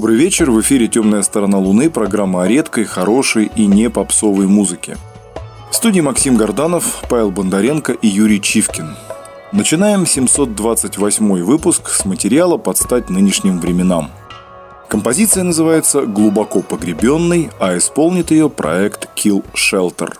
Добрый вечер, в эфире «Темная сторона Луны», программа о редкой, хорошей и не попсовой музыке. В студии Максим Горданов, Павел Бондаренко и Юрий Чивкин. Начинаем 728 выпуск с материала под стать нынешним временам. Композиция называется «Глубоко погребенный», а исполнит ее проект Kill Shelter.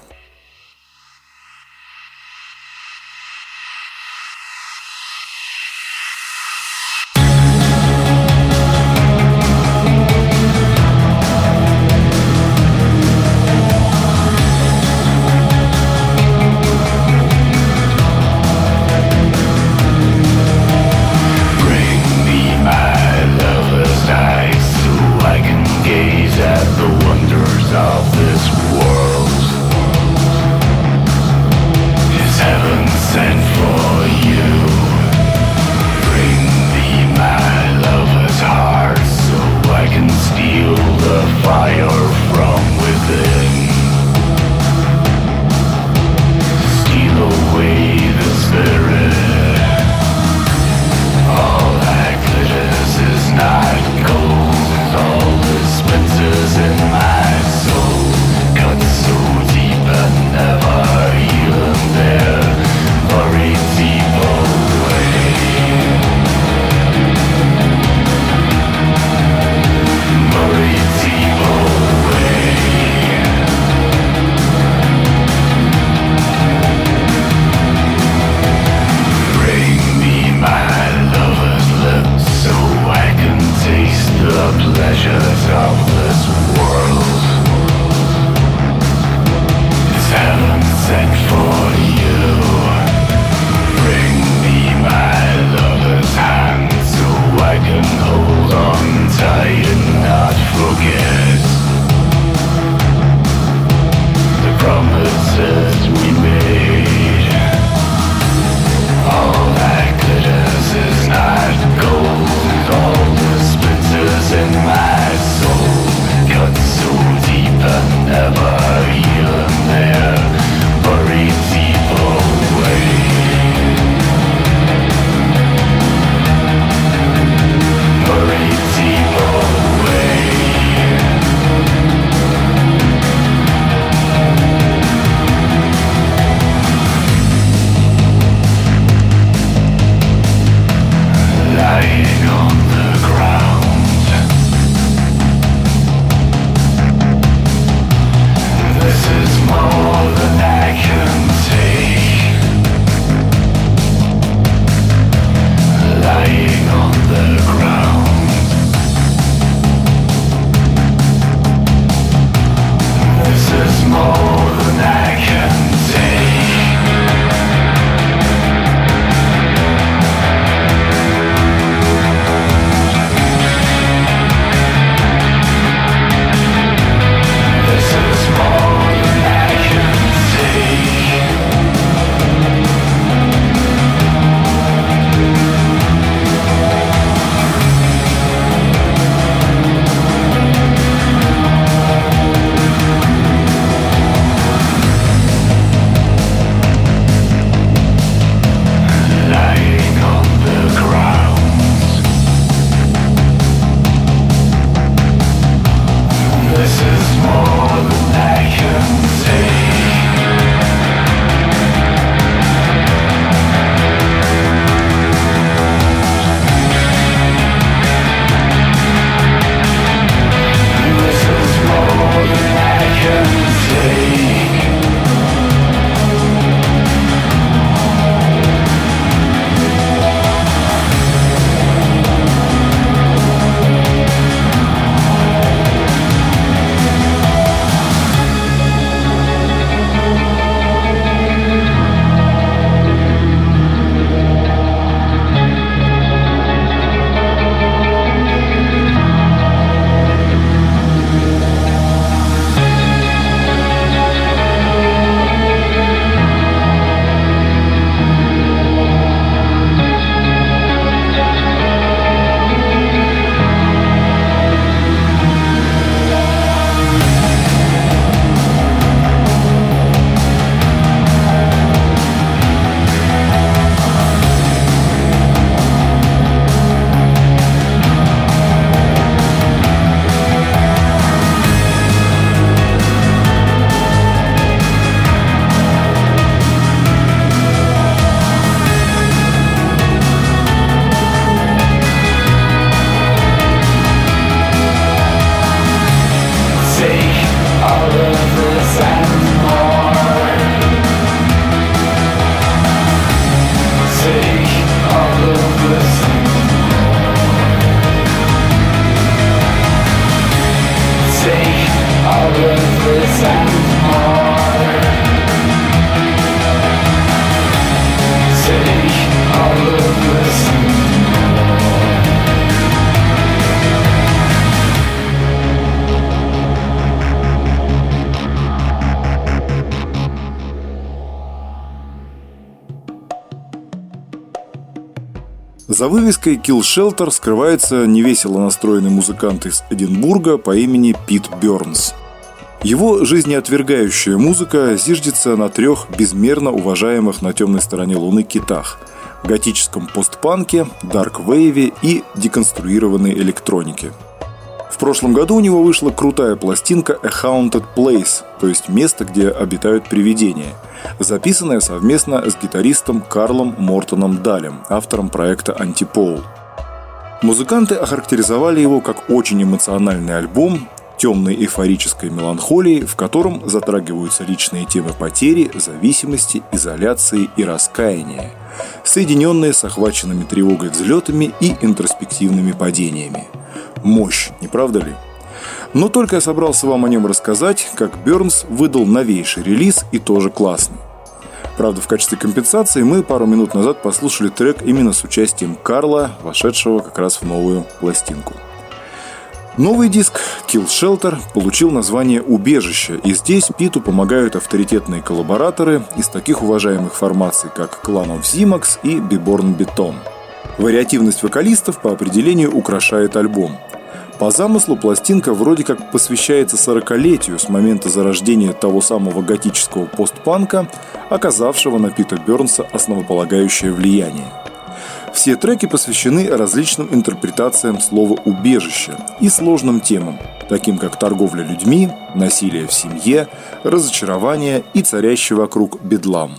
За вывеской Kill Shelter скрывается невесело настроенный музыкант из Эдинбурга по имени Пит Бёрнс. Его жизнеотвергающая музыка зиждется на 3 безмерно уважаемых на темной стороне Луны китах – готическом постпанке, дарк-вейве и деконструированной электронике. В прошлом году у него вышла крутая пластинка A Haunted Place, то есть место, где обитают привидения, записанная совместно с гитаристом Карлом Мортоном Далем, автором проекта Антипол. Музыканты охарактеризовали его как очень эмоциональный альбом темной эйфорической меланхолии, в котором затрагиваются личные темы потери, зависимости, изоляции и раскаяния, соединенные с охваченными тревогой взлетами и интроспективными падениями. Мощь, не правда ли? Но только я собрался вам о нем рассказать, как Бёрнс выдал новейший релиз и тоже классный. Правда, в качестве компенсации мы пару минут назад послушали трек именно с участием Карла, вошедшего как раз в новую пластинку. Новый диск Kill Shelter получил название «Убежище», и здесь Питу помогают авторитетные коллабораторы из таких уважаемых формаций, как Clan of Zimax и Beborn Beton. Вариативность вокалистов по определению украшает альбом. По замыслу пластинка вроде как посвящается 40-летию с момента зарождения того самого готического постпанка, оказавшего на Пита Бёрнса основополагающее влияние. Все треки посвящены различным интерпретациям слова «убежище» и сложным темам, таким как торговля людьми, насилие в семье, разочарование и царящий вокруг бедлам.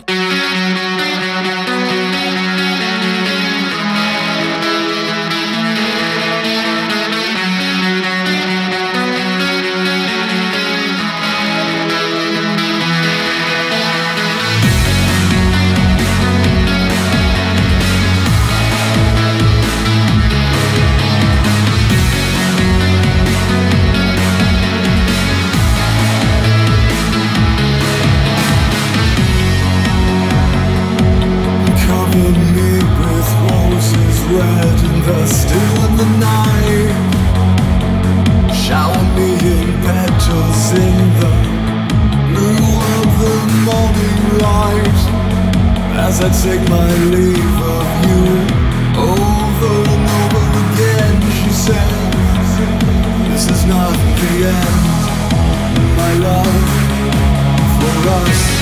I take my leave of you over and over again. She said, this is not the end, my love, for us.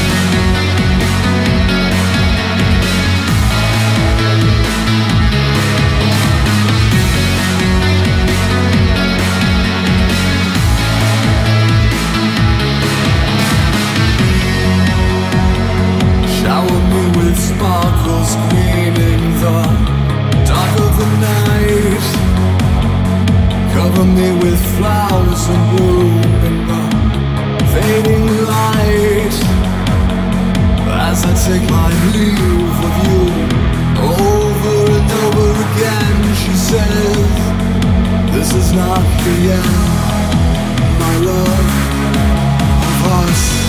Sparkles cleaning the dark of the night. Cover me with flowers and bloom in the fading light. As I take my leave of you over and over again, she says, this is not the end, my love, of us.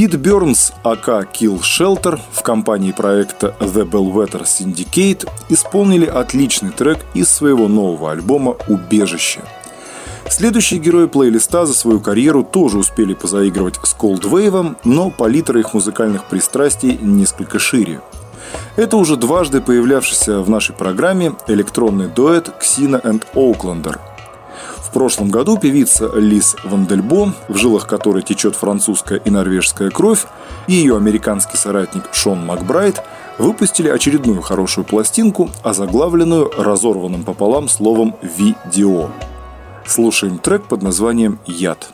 Пит Бернс, АК Kill Shelter, в компании проекта The Bellwether Syndicate исполнили отличный трек из своего нового альбома «Убежище». Следующие герои плейлиста за свою карьеру тоже успели позаигрывать с Coldwave, но палитра их музыкальных пристрастий несколько шире. Это уже дважды появлявшийся в нашей программе электронный дуэт Ксина энд Оуклендер. В прошлом году певица Лиз Вандельбо, в жилах которой течет французская и норвежская кровь, и ее американский соратник Шон Макбрайт выпустили очередную хорошую пластинку, озаглавленную разорванным пополам словом «видео». Слушаем трек под названием «Яд».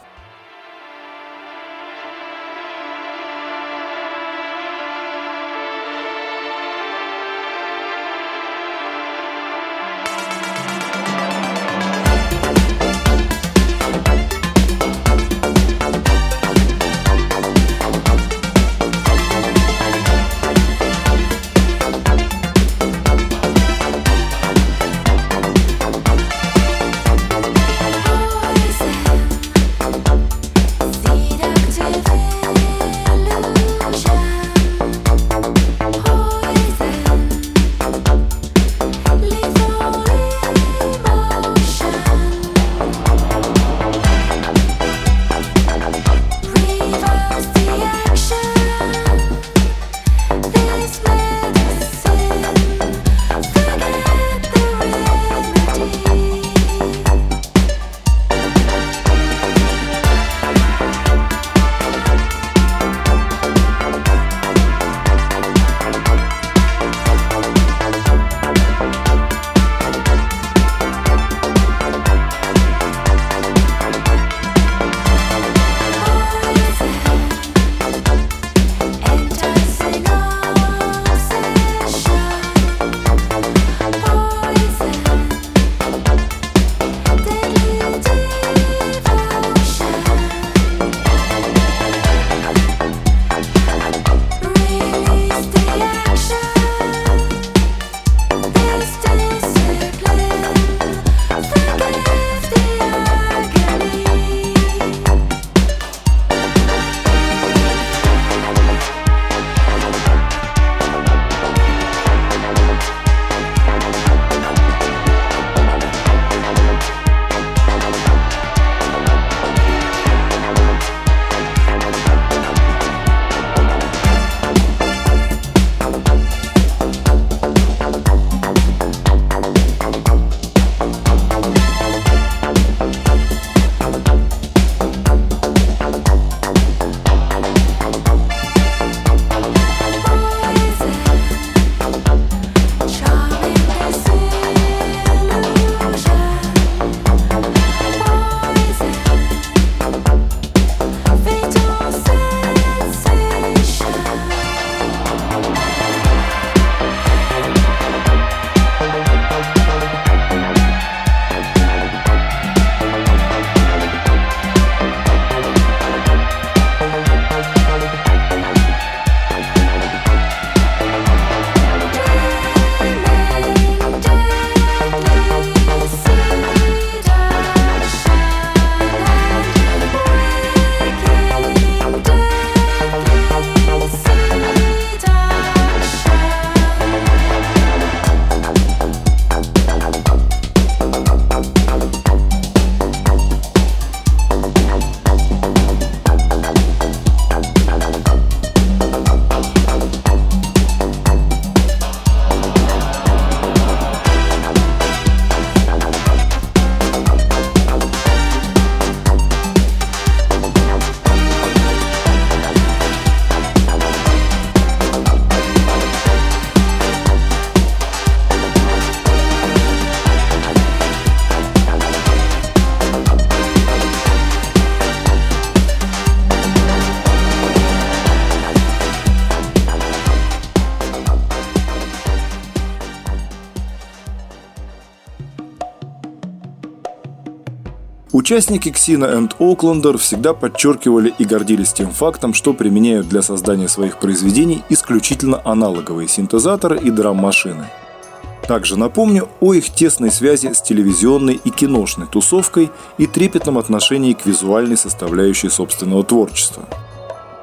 Участники Ксина энд Оуклендер всегда подчеркивали и гордились тем фактом, что применяют для создания своих произведений исключительно аналоговые синтезаторы и драм-машины. Также напомню о их тесной связи с телевизионной и киношной тусовкой и трепетном отношении к визуальной составляющей собственного творчества.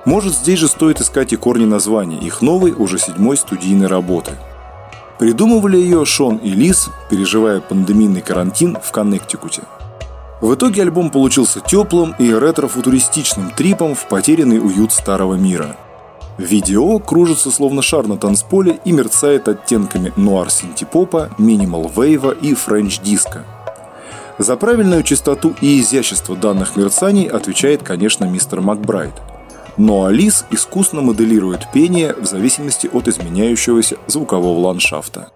Может, здесь же стоит искать и корни названия их новой, уже 7-й студийной работы. Придумывали ее Шон и Лиз, переживая пандемийный карантин в Коннектикуте. В итоге альбом получился теплым и ретро-футуристичным трипом в потерянный уют старого мира. Видео кружится словно шар на танцполе и мерцает оттенками нуар-синтепопа, минимал-вейва и френч-диска. За правильную чистоту и изящество данных мерцаний отвечает, конечно, мистер Макбрайд. Ну а Лиз искусно моделирует пение в зависимости от изменяющегося звукового ландшафта.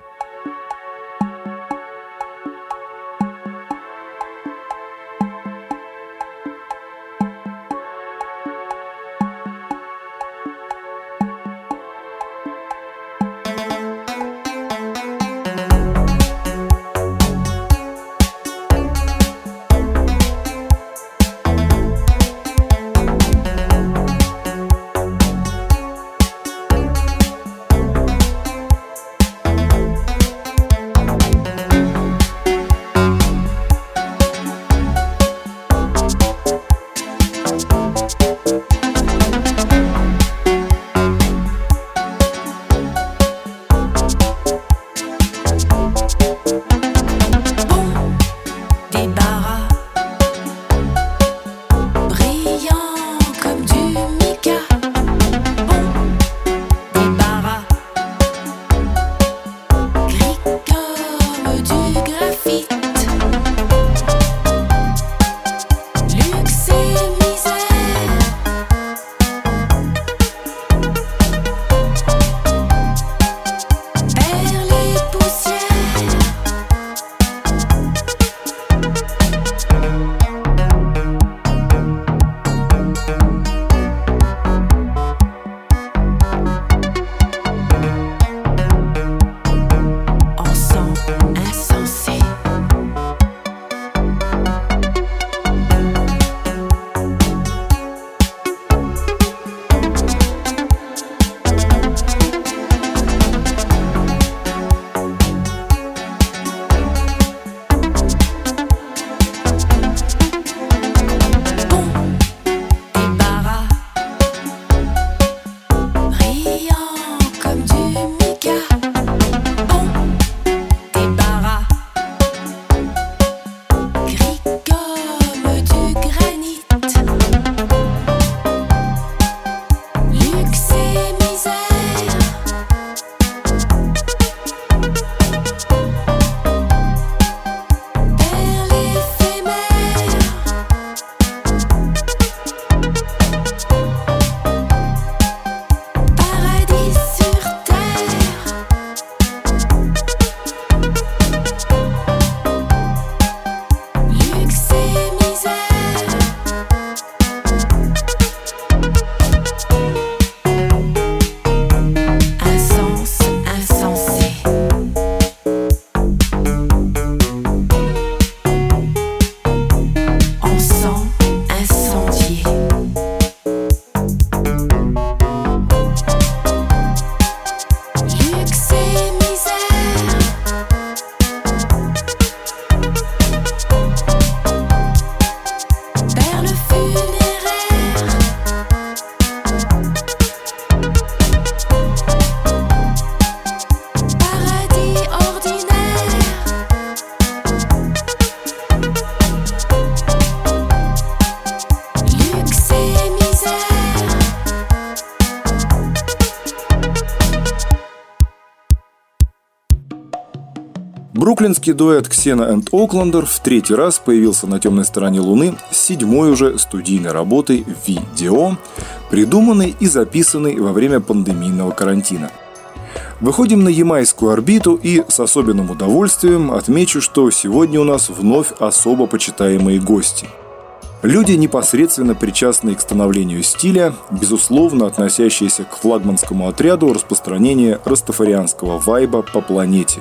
Бруклинский дуэт Ксена энд Оклендер в 3-й раз появился на темной стороне Луны с 7-й уже студийной работой «Видео», придуманной и записанной во время пандемийного карантина. Выходим на ямайскую орбиту и с особенным удовольствием отмечу, что сегодня у нас вновь особо почитаемые гости. Люди, непосредственно причастные к становлению стиля, безусловно относящиеся к флагманскому отряду распространения растафарианского вайба по планете.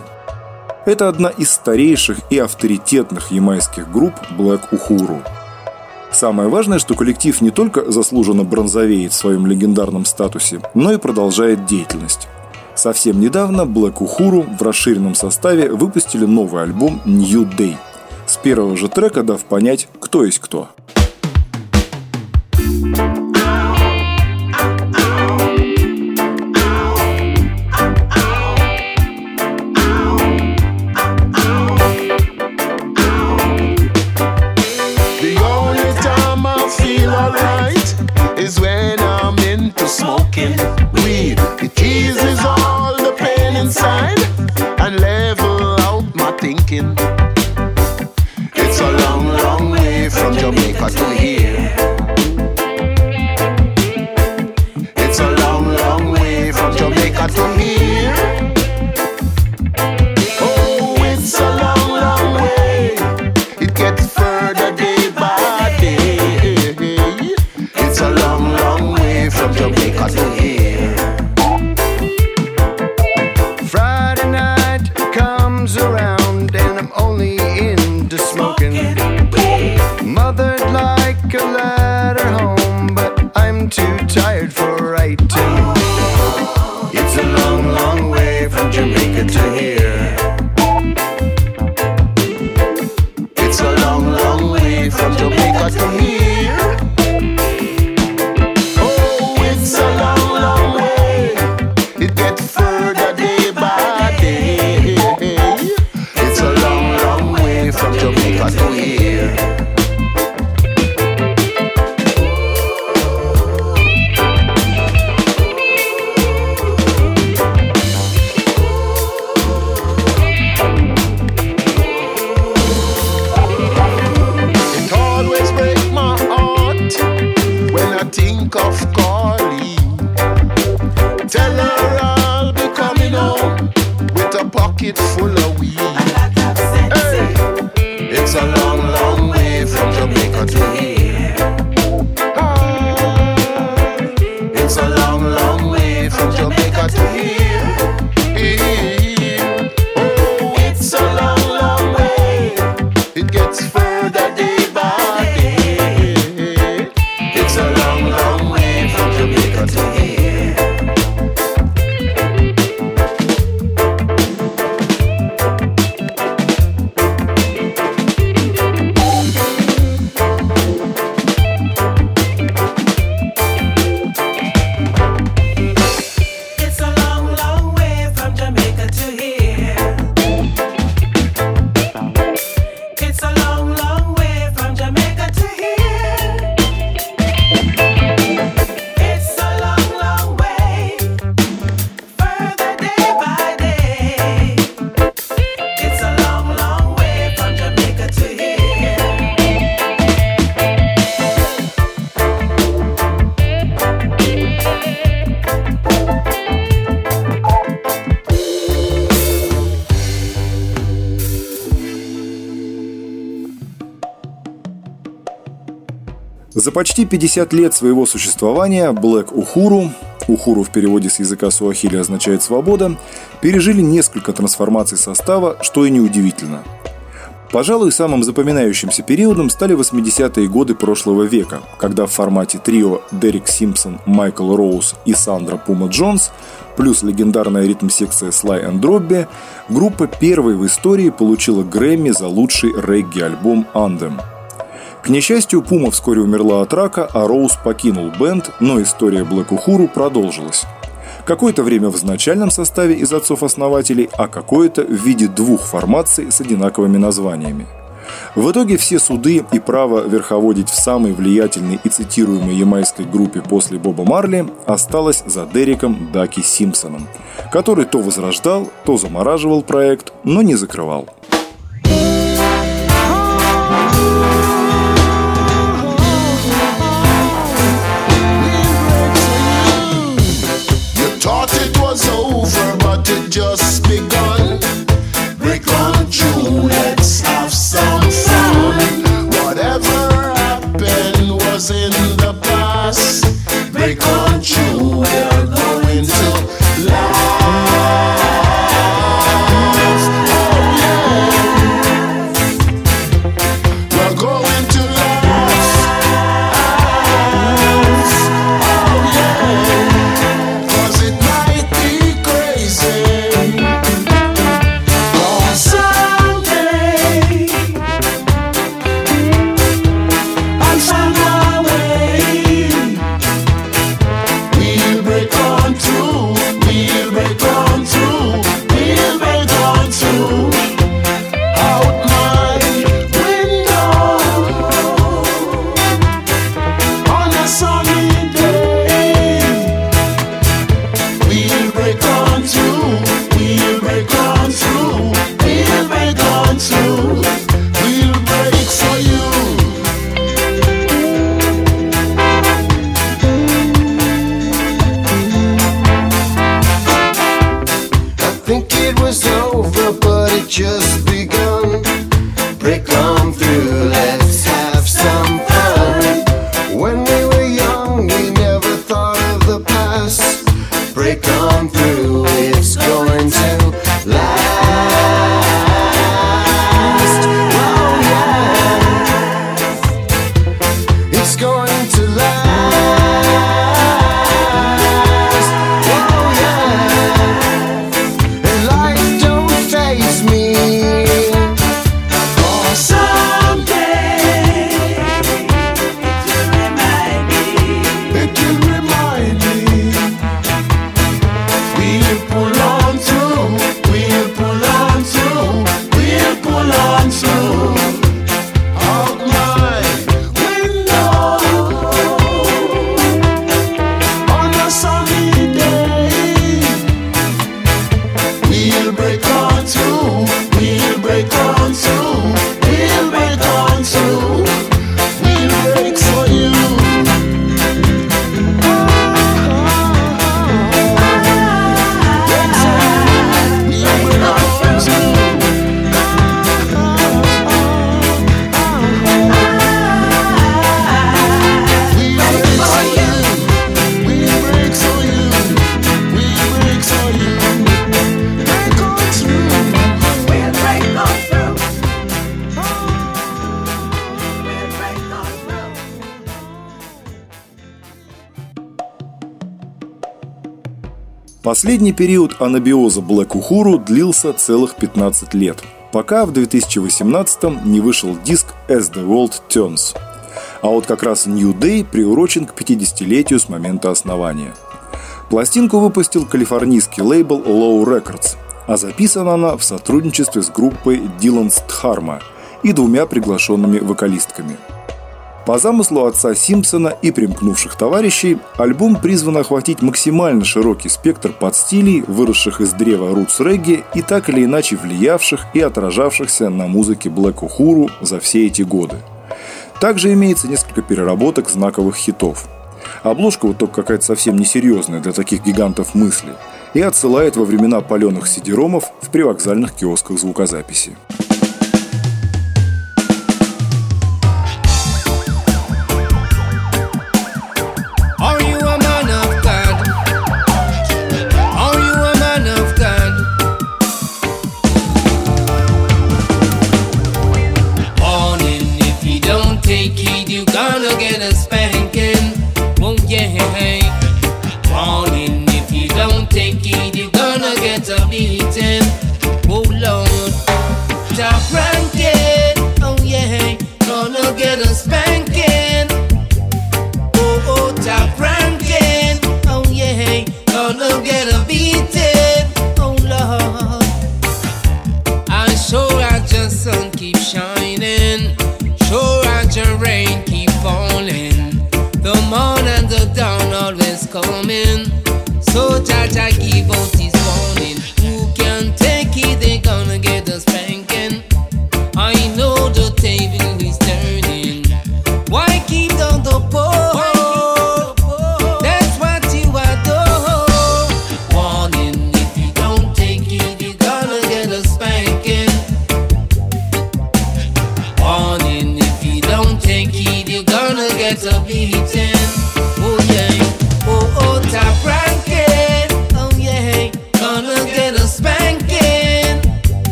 Это одна из старейших и авторитетных ямайских групп Black Uhuru. Самое важное, что коллектив не только заслуженно бронзовеет в своем легендарном статусе, но и продолжает деятельность. Совсем недавно Black Uhuru в расширенном составе выпустили новый альбом New Day, с первого же трека дав понять, кто есть кто. get further day by day. It's a long, long way from Jamaica to here. It always breaks my heart when I think of Carly. Tell her I'll be coming home with a pocket full of weed. Hey, it's a long, long way from Jamaica to here. Ah, it's a long, long way from Jamaica to here. Oh, it's a long, long way. It gets further day by day. It's a long, long way from Jamaica to here. It's a long, long way from Jamaica to here. It's a long, long way from Jamaica to here. It's a long, long way, further day by day. It's a long, long way from Jamaica to here. За почти 50 лет своего существования Black Uhuru, Ухуру в переводе с языка суахили означает «свобода», пережили несколько трансформаций состава, что и неудивительно. Пожалуй, самым запоминающимся периодом стали 80-е годы прошлого века, когда в формате трио Дерек Симпсон, Майкл Роуз и Сандра Пума Джонс плюс легендарная ритм-секция Sly and Robbie группа первой в истории получила Грэмми за лучший регги-альбом Anthem. К несчастью, Пума вскоре умерла от рака, а Роуз покинул бэнд, но история Black Uhuru продолжилась. Какое-то время в изначальном составе из отцов-основателей, а какое-то в виде двух формаций с одинаковыми названиями. В итоге все суды и право верховодить в самой влиятельной и цитируемой ямайской группе после Боба Марли осталось за Дереком Даки Симпсоном, который то возрождал, то замораживал проект, но не закрывал. Thought it was over, but it just begun. Break on through, let's have some fun. Whatever happened was in the past. Break on through, we're going to last. Oh yeah, we're going to last. Oh yeah. 'Cause it might be crazy, but someday I'll find my way. We'll break on through, we'll break on through, we'll break on through. Out my window on a sunny day. We'll break on through, we'll break on through, we'll break on through, we'll break for you. I think it was over, but it just begun. Break on through, let's have some fun. When we were young, we never thought of the past. Break on through, it's going to last. Oh yeah, it's going to last. Oh yeah, and life don't faze me Последний период анабиоза Black Uhuru длился целых 15 лет, пока в 2018-м не вышел диск As the World Turns. А вот как раз New Day приурочен к 50-летию с момента основания. Пластинку выпустил калифорнийский лейбл Low Records, а записана она в сотрудничестве с группой Dylan's Dharma и двумя приглашенными вокалистками. По замыслу отца Симпсона и примкнувших товарищей, альбом призван охватить максимально широкий спектр подстилей, выросших из древа рутс-регги и так или иначе влиявших и отражавшихся на музыке Black Uhuru за все эти годы. Также имеется несколько переработок знаковых хитов. Обложка вот только какая-то совсем несерьезная для таких гигантов мысли и отсылает во времена паленых сидеромов в привокзальных киосках звукозаписи.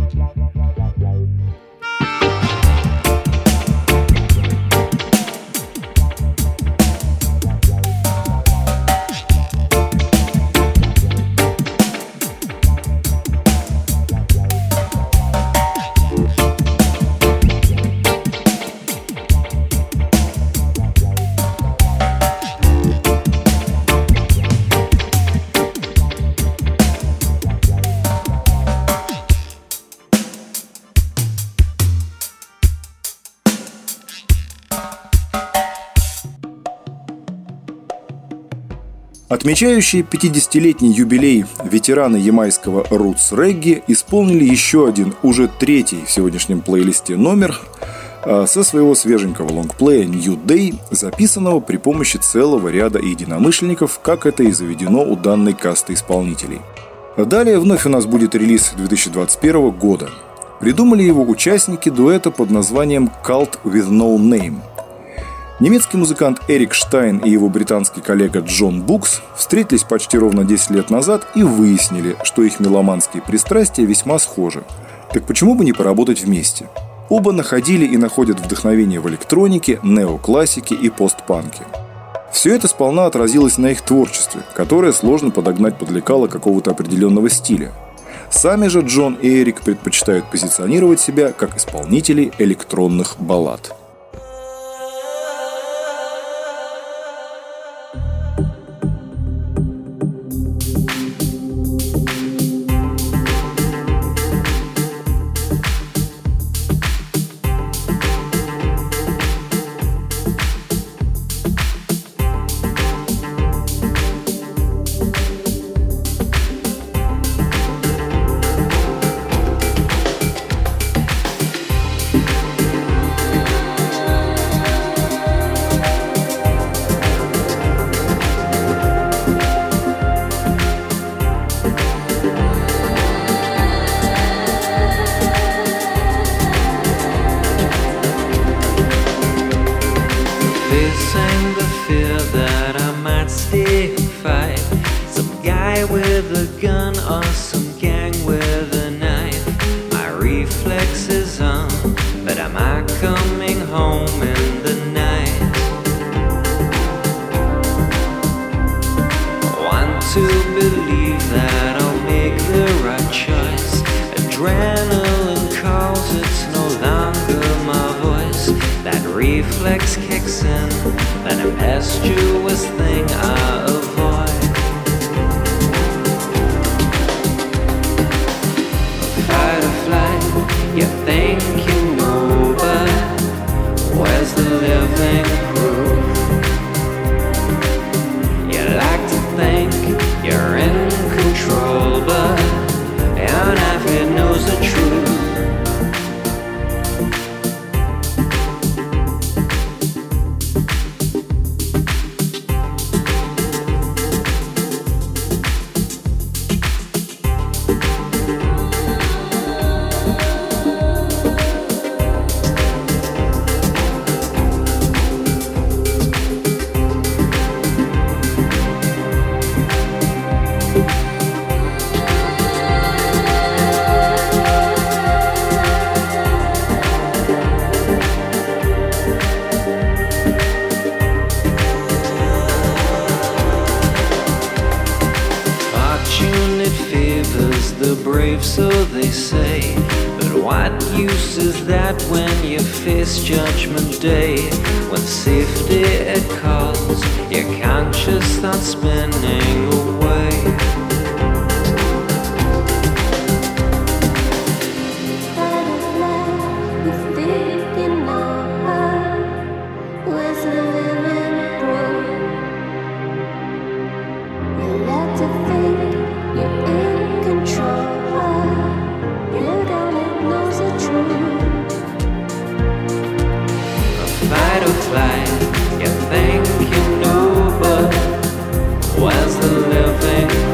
Отмечающие 50-летний юбилей ветераны ямайского рутс-регги исполнили еще один, уже третий в сегодняшнем плейлисте номер со своего свеженького лонгплея «New Day», записанного при помощи целого ряда единомышленников, как это и заведено у данной касты исполнителей. Далее вновь у нас будет релиз 2021 года. Придумали его участники дуэта под названием «Cult with No Name». Немецкий музыкант Эрик Штайн и его британский коллега Джон Букс встретились почти ровно 10 лет назад и выяснили, что их меломанские пристрастия весьма схожи. Так почему бы не поработать вместе? Оба находили и находят вдохновение в электронике, неоклассике и постпанке. Все это сполна отразилось на их творчестве, которое сложно подогнать под лекало какого-то определенного стиля. Сами же Джон и Эрик предпочитают позиционировать себя как исполнители электронных баллад. Reflex kicks in, an impetuous thing I avoid. Fight or flight, you think you know, but where's the living proof? You like to think you're in control, but your knife knows the truth. So they say, but what use is that when you face judgment day? When safety it calls, your conscience starts spinning away. You think you know, but where's the living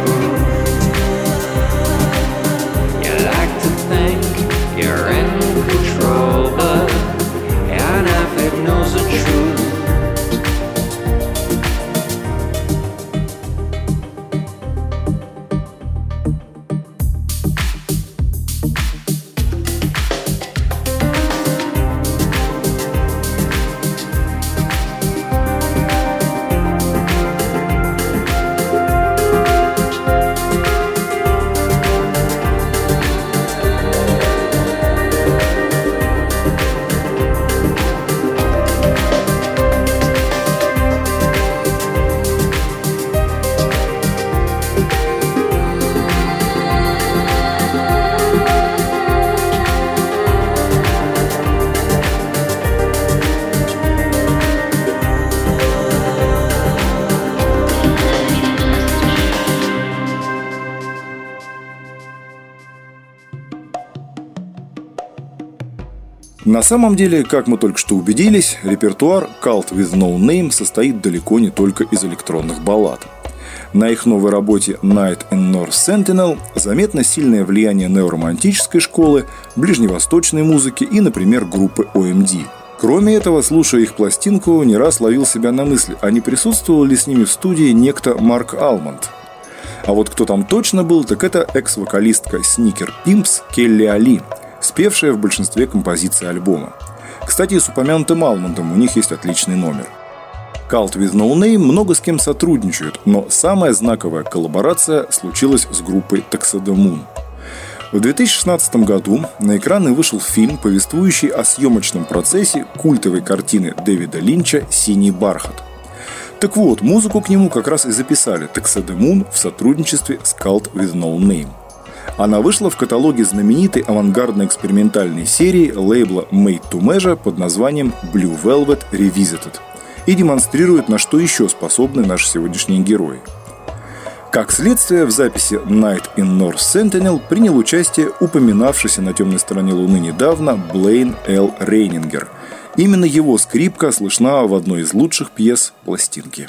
На самом деле, как мы только что убедились, репертуар Cult with No Name состоит далеко не только из электронных баллад. На их новой работе Night in North Sentinel заметно сильное влияние неоромантической школы, ближневосточной музыки и, например, группы OMD. Кроме этого, слушая их пластинку, не раз ловил себя на мысли, а не присутствовал ли с ними в студии некто Марк Алмонд. А вот кто там точно был, так это экс-вокалистка Sneaker Pimps Келли Али, спевшая в большинстве композиций альбома. Кстати, с упомянутым Алмондом у них есть отличный номер. Cult with No Name много с кем сотрудничают, но самая знаковая коллаборация случилась с группой Tuxedo Moon. В 2016 году на экраны вышел фильм, повествующий о съемочном процессе культовой картины Дэвида Линча «Синий бархат». Так вот, музыку к нему как раз и записали Tuxedo Moon в сотрудничестве с Cult with No Name. Она вышла в каталоге знаменитой авангардно-экспериментальной серии лейбла Made to Measure под названием Blue Velvet Revisited и демонстрирует, на что еще способны наши сегодняшние герои. Как следствие, в записи Night in North Sentinel принял участие упоминавшийся на темной стороне Луны недавно Блейн Л. Рейнингер. Именно его скрипка слышна в одной из лучших пьес пластинки.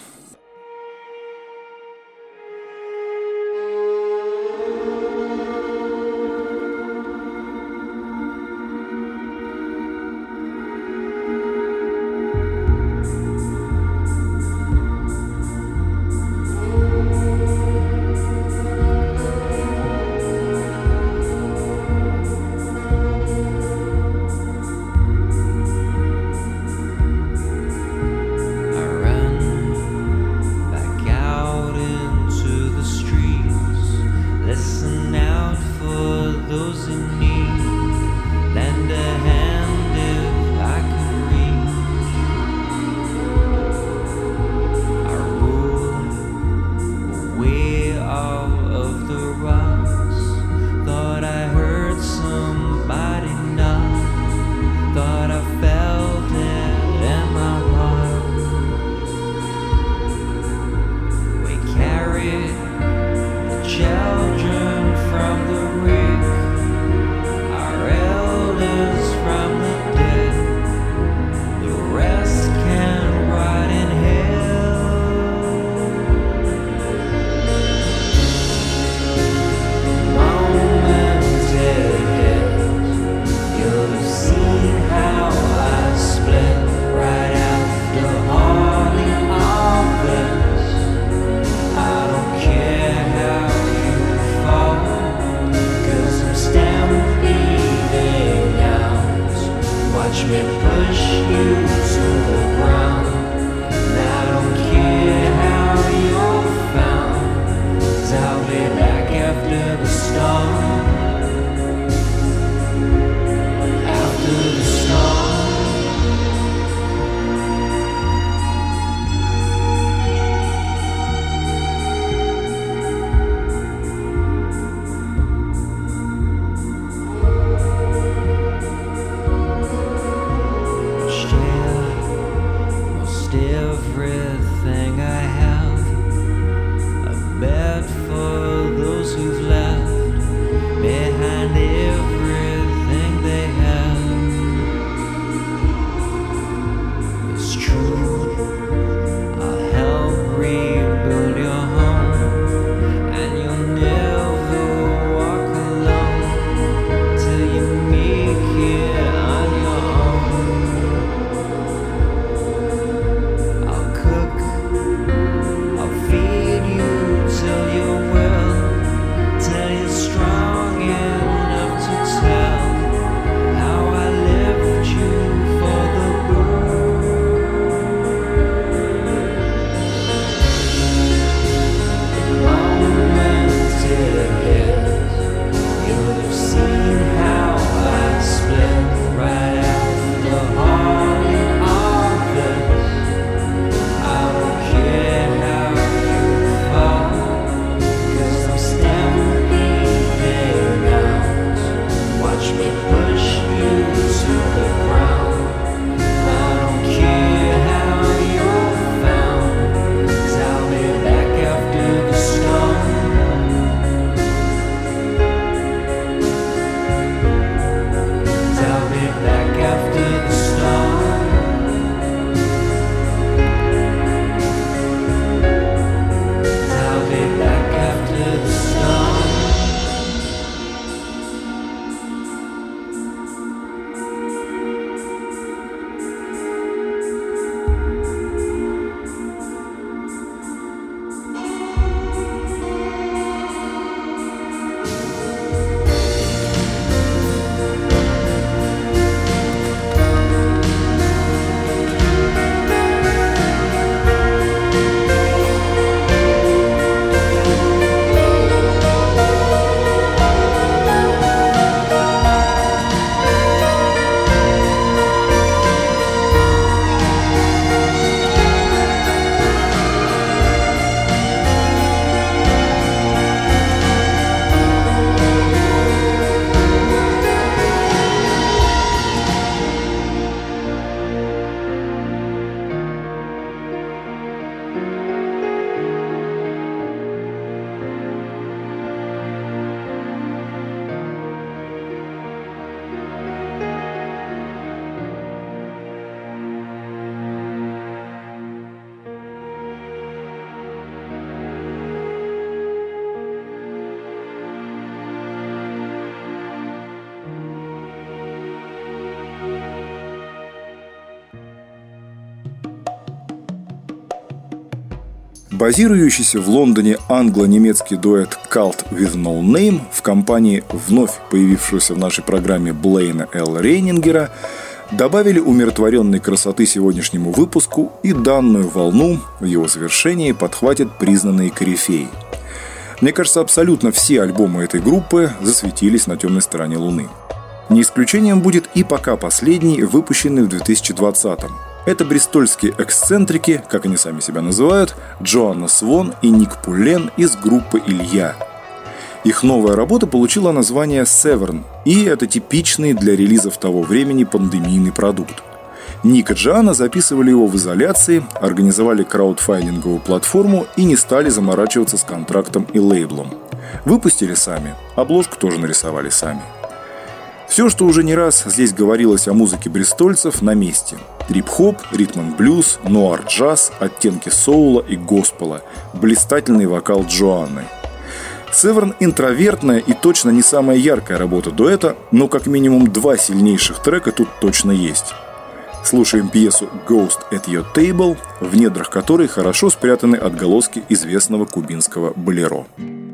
Базирующийся в Лондоне англо-немецкий дуэт Cult with No Name в компании вновь появившегося в нашей программе Блейна Л. Рейнингера добавили умиротворенной красоты сегодняшнему выпуску, и данную волну в его завершении подхватят признанные корифеи. Мне кажется, абсолютно все альбомы этой группы засветились на темной стороне Луны. Не исключением будет и пока последний, выпущенный в 2020-м. Это бристольские эксцентрики, как они сами себя называют, Джоанна Свон и Ник Пуллен из группы «Илья». Их новая работа получила название «Severn», и это типичный для релизов того времени пандемийный продукт. Ник и Джоанна записывали его в изоляции, организовали краудфандинговую платформу и не стали заморачиваться с контрактом и лейблом. Выпустили сами, обложку тоже нарисовали сами. Все, что уже не раз здесь говорилось о музыке бристольцев, на месте. Трип-хоп, ритм-н-блюз, нуар-джаз, оттенки соула и госпела, блистательный вокал Джоанны. Северн – интровертная и точно не самая яркая работа дуэта, но как минимум два сильнейших трека тут точно есть. Слушаем пьесу «Ghost at Your Table», в недрах которой хорошо спрятаны отголоски известного кубинского болеро.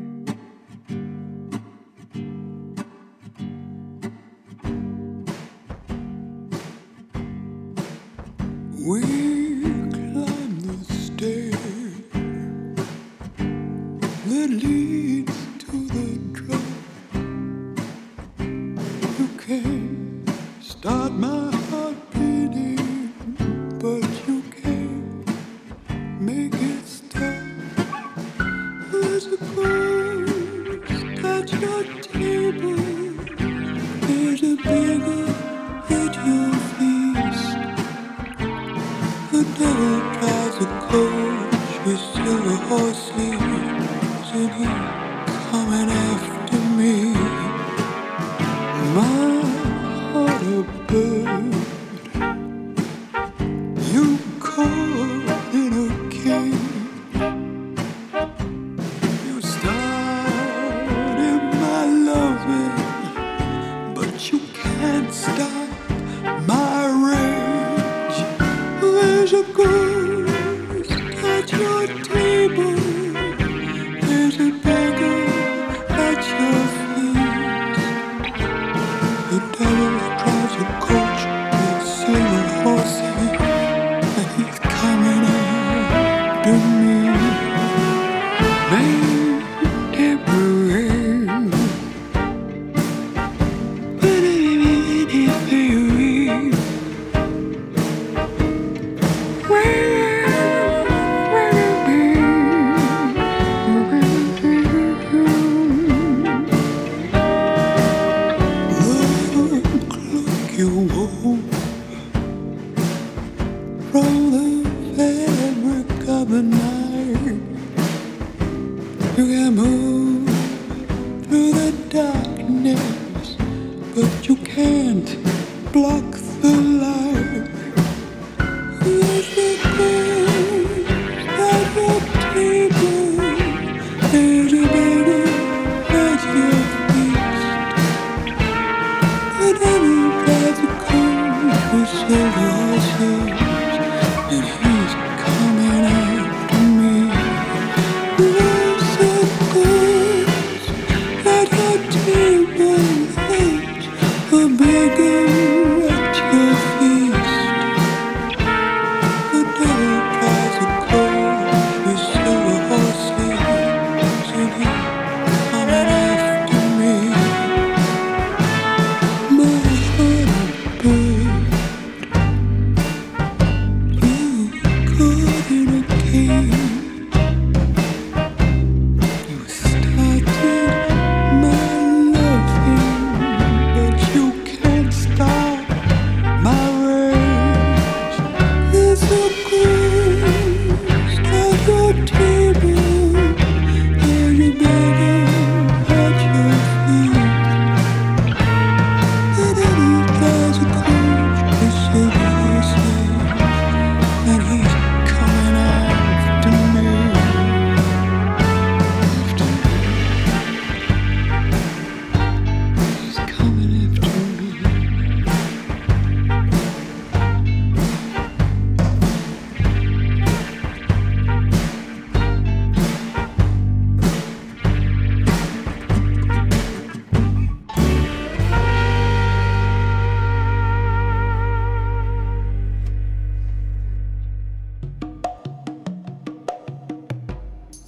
We climb the stairs that leads to the drop. You can't start my heart beating, but you can't make it stop. There's a ghost at your table. There's a beggar at your feast. The devil drives a coach with silver horses, and he's coming after me. My heart a bird, you caught in a cage. You started my loving, but you can't stop my rage. There's a ghost at your table. There's a beggar at your feet. The devil drives a coach with silver horses, and he's coming after me. Make it rain. From the fabric of the night, you can move through the darkness, but you can't block the light. There's a ghost at your table. There's a beggar at your feast. The devil drives a coach with silver horses, and he's coming after me. There's a ghost at your table. There's a beggar at your feast. The devil drives a coach with silver horses, and he's coming after me. My heart a bird, caught in a cage. You started my loving, but you can't stop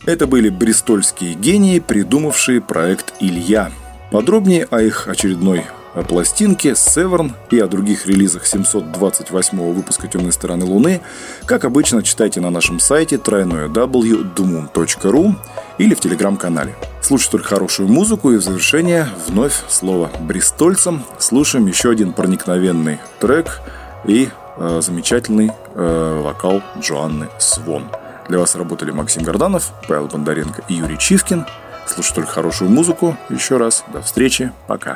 Это были бристольские гении, придумавшие проект «Илья». Подробнее о их очередной пластинке «Северн» и о других релизах 728-го выпуска «Темной стороны Луны», как обычно, читайте на нашем сайте www.dumoon.ru или в телеграм-канале. Слушайте только хорошую музыку, и в завершение вновь слово бристольцам. Слушаем еще один проникновенный трек и замечательный вокал Джоанны Свон. Для вас работали Максим Горданов, Павел Бондаренко и Юрий Чивкин. Слушайте только хорошую музыку. Еще раз до встречи. Пока.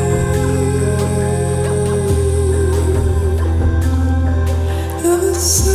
So